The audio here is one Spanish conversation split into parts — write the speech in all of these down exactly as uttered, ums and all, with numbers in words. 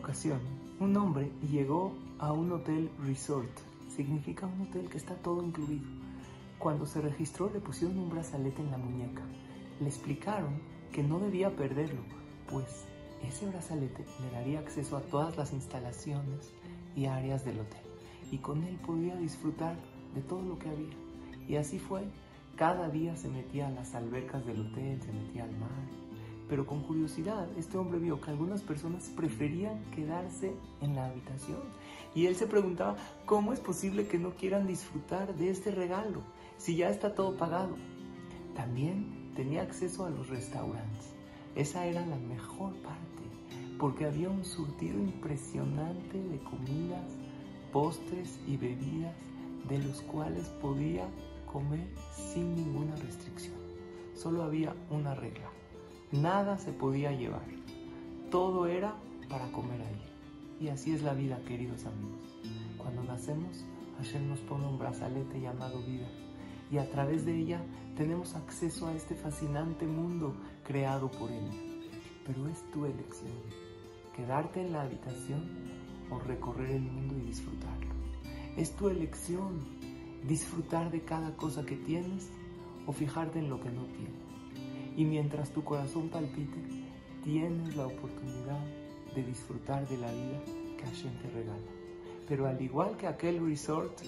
ocasión, un hombre llegó a un hotel resort. Significa un hotel que está todo incluido. Cuando se registró le pusieron un brazalete en la muñeca. Le explicaron que no debía perderlo, pues ese brazalete le daría acceso a todas las instalaciones y áreas del hotel. Y con él podía disfrutar de todo lo que había. Y así fue. Cada día se metía a las albercas del hotel, se metía al mar. Pero con curiosidad, este hombre vio que algunas personas preferían quedarse en la habitación. Y él se preguntaba, ¿cómo es posible que no quieran disfrutar de este regalo si ya está todo pagado? También tenía acceso a los restaurantes. Esa era la mejor parte, porque había un surtido impresionante de comidas, postres y bebidas de los cuales podía comer sin ninguna restricción. Solo había una regla. Nada se podía llevar. Todo era para comer ahí. Y así es la vida, queridos amigos. Cuando nacemos, Hashem nos pone un brazalete llamado vida. Y a través de ella tenemos acceso a este fascinante mundo creado por Él. Pero es tu elección. Quedarte en la habitación o recorrer el mundo y disfrutarlo. Es tu elección. Disfrutar de cada cosa que tienes o fijarte en lo que no tienes. Y mientras tu corazón palpite, tienes la oportunidad de disfrutar de la vida que Hashem te regala. Pero al igual que aquel resort,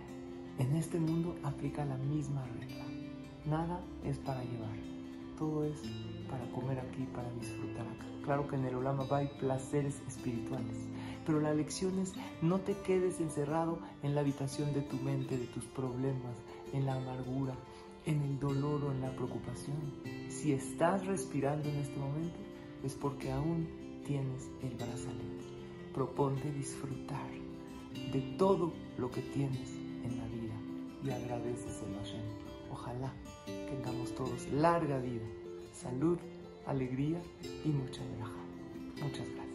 en este mundo aplica la misma regla. Nada es para llevar, todo es para comer aquí, para disfrutar acá. Claro que en el Olam Haba hay placeres espirituales, pero la lección es no te quedes encerrado en la habitación de tu mente, de tus problemas, en la amargura, en el dolor o en la preocupación. Si estás respirando en este momento, es porque aún tienes el brazalete. Proponte disfrutar de todo lo que tienes en la vida y agradeceselo a Hashem. Ojalá tengamos todos larga vida, salud, alegría y mucha verajá. Muchas gracias.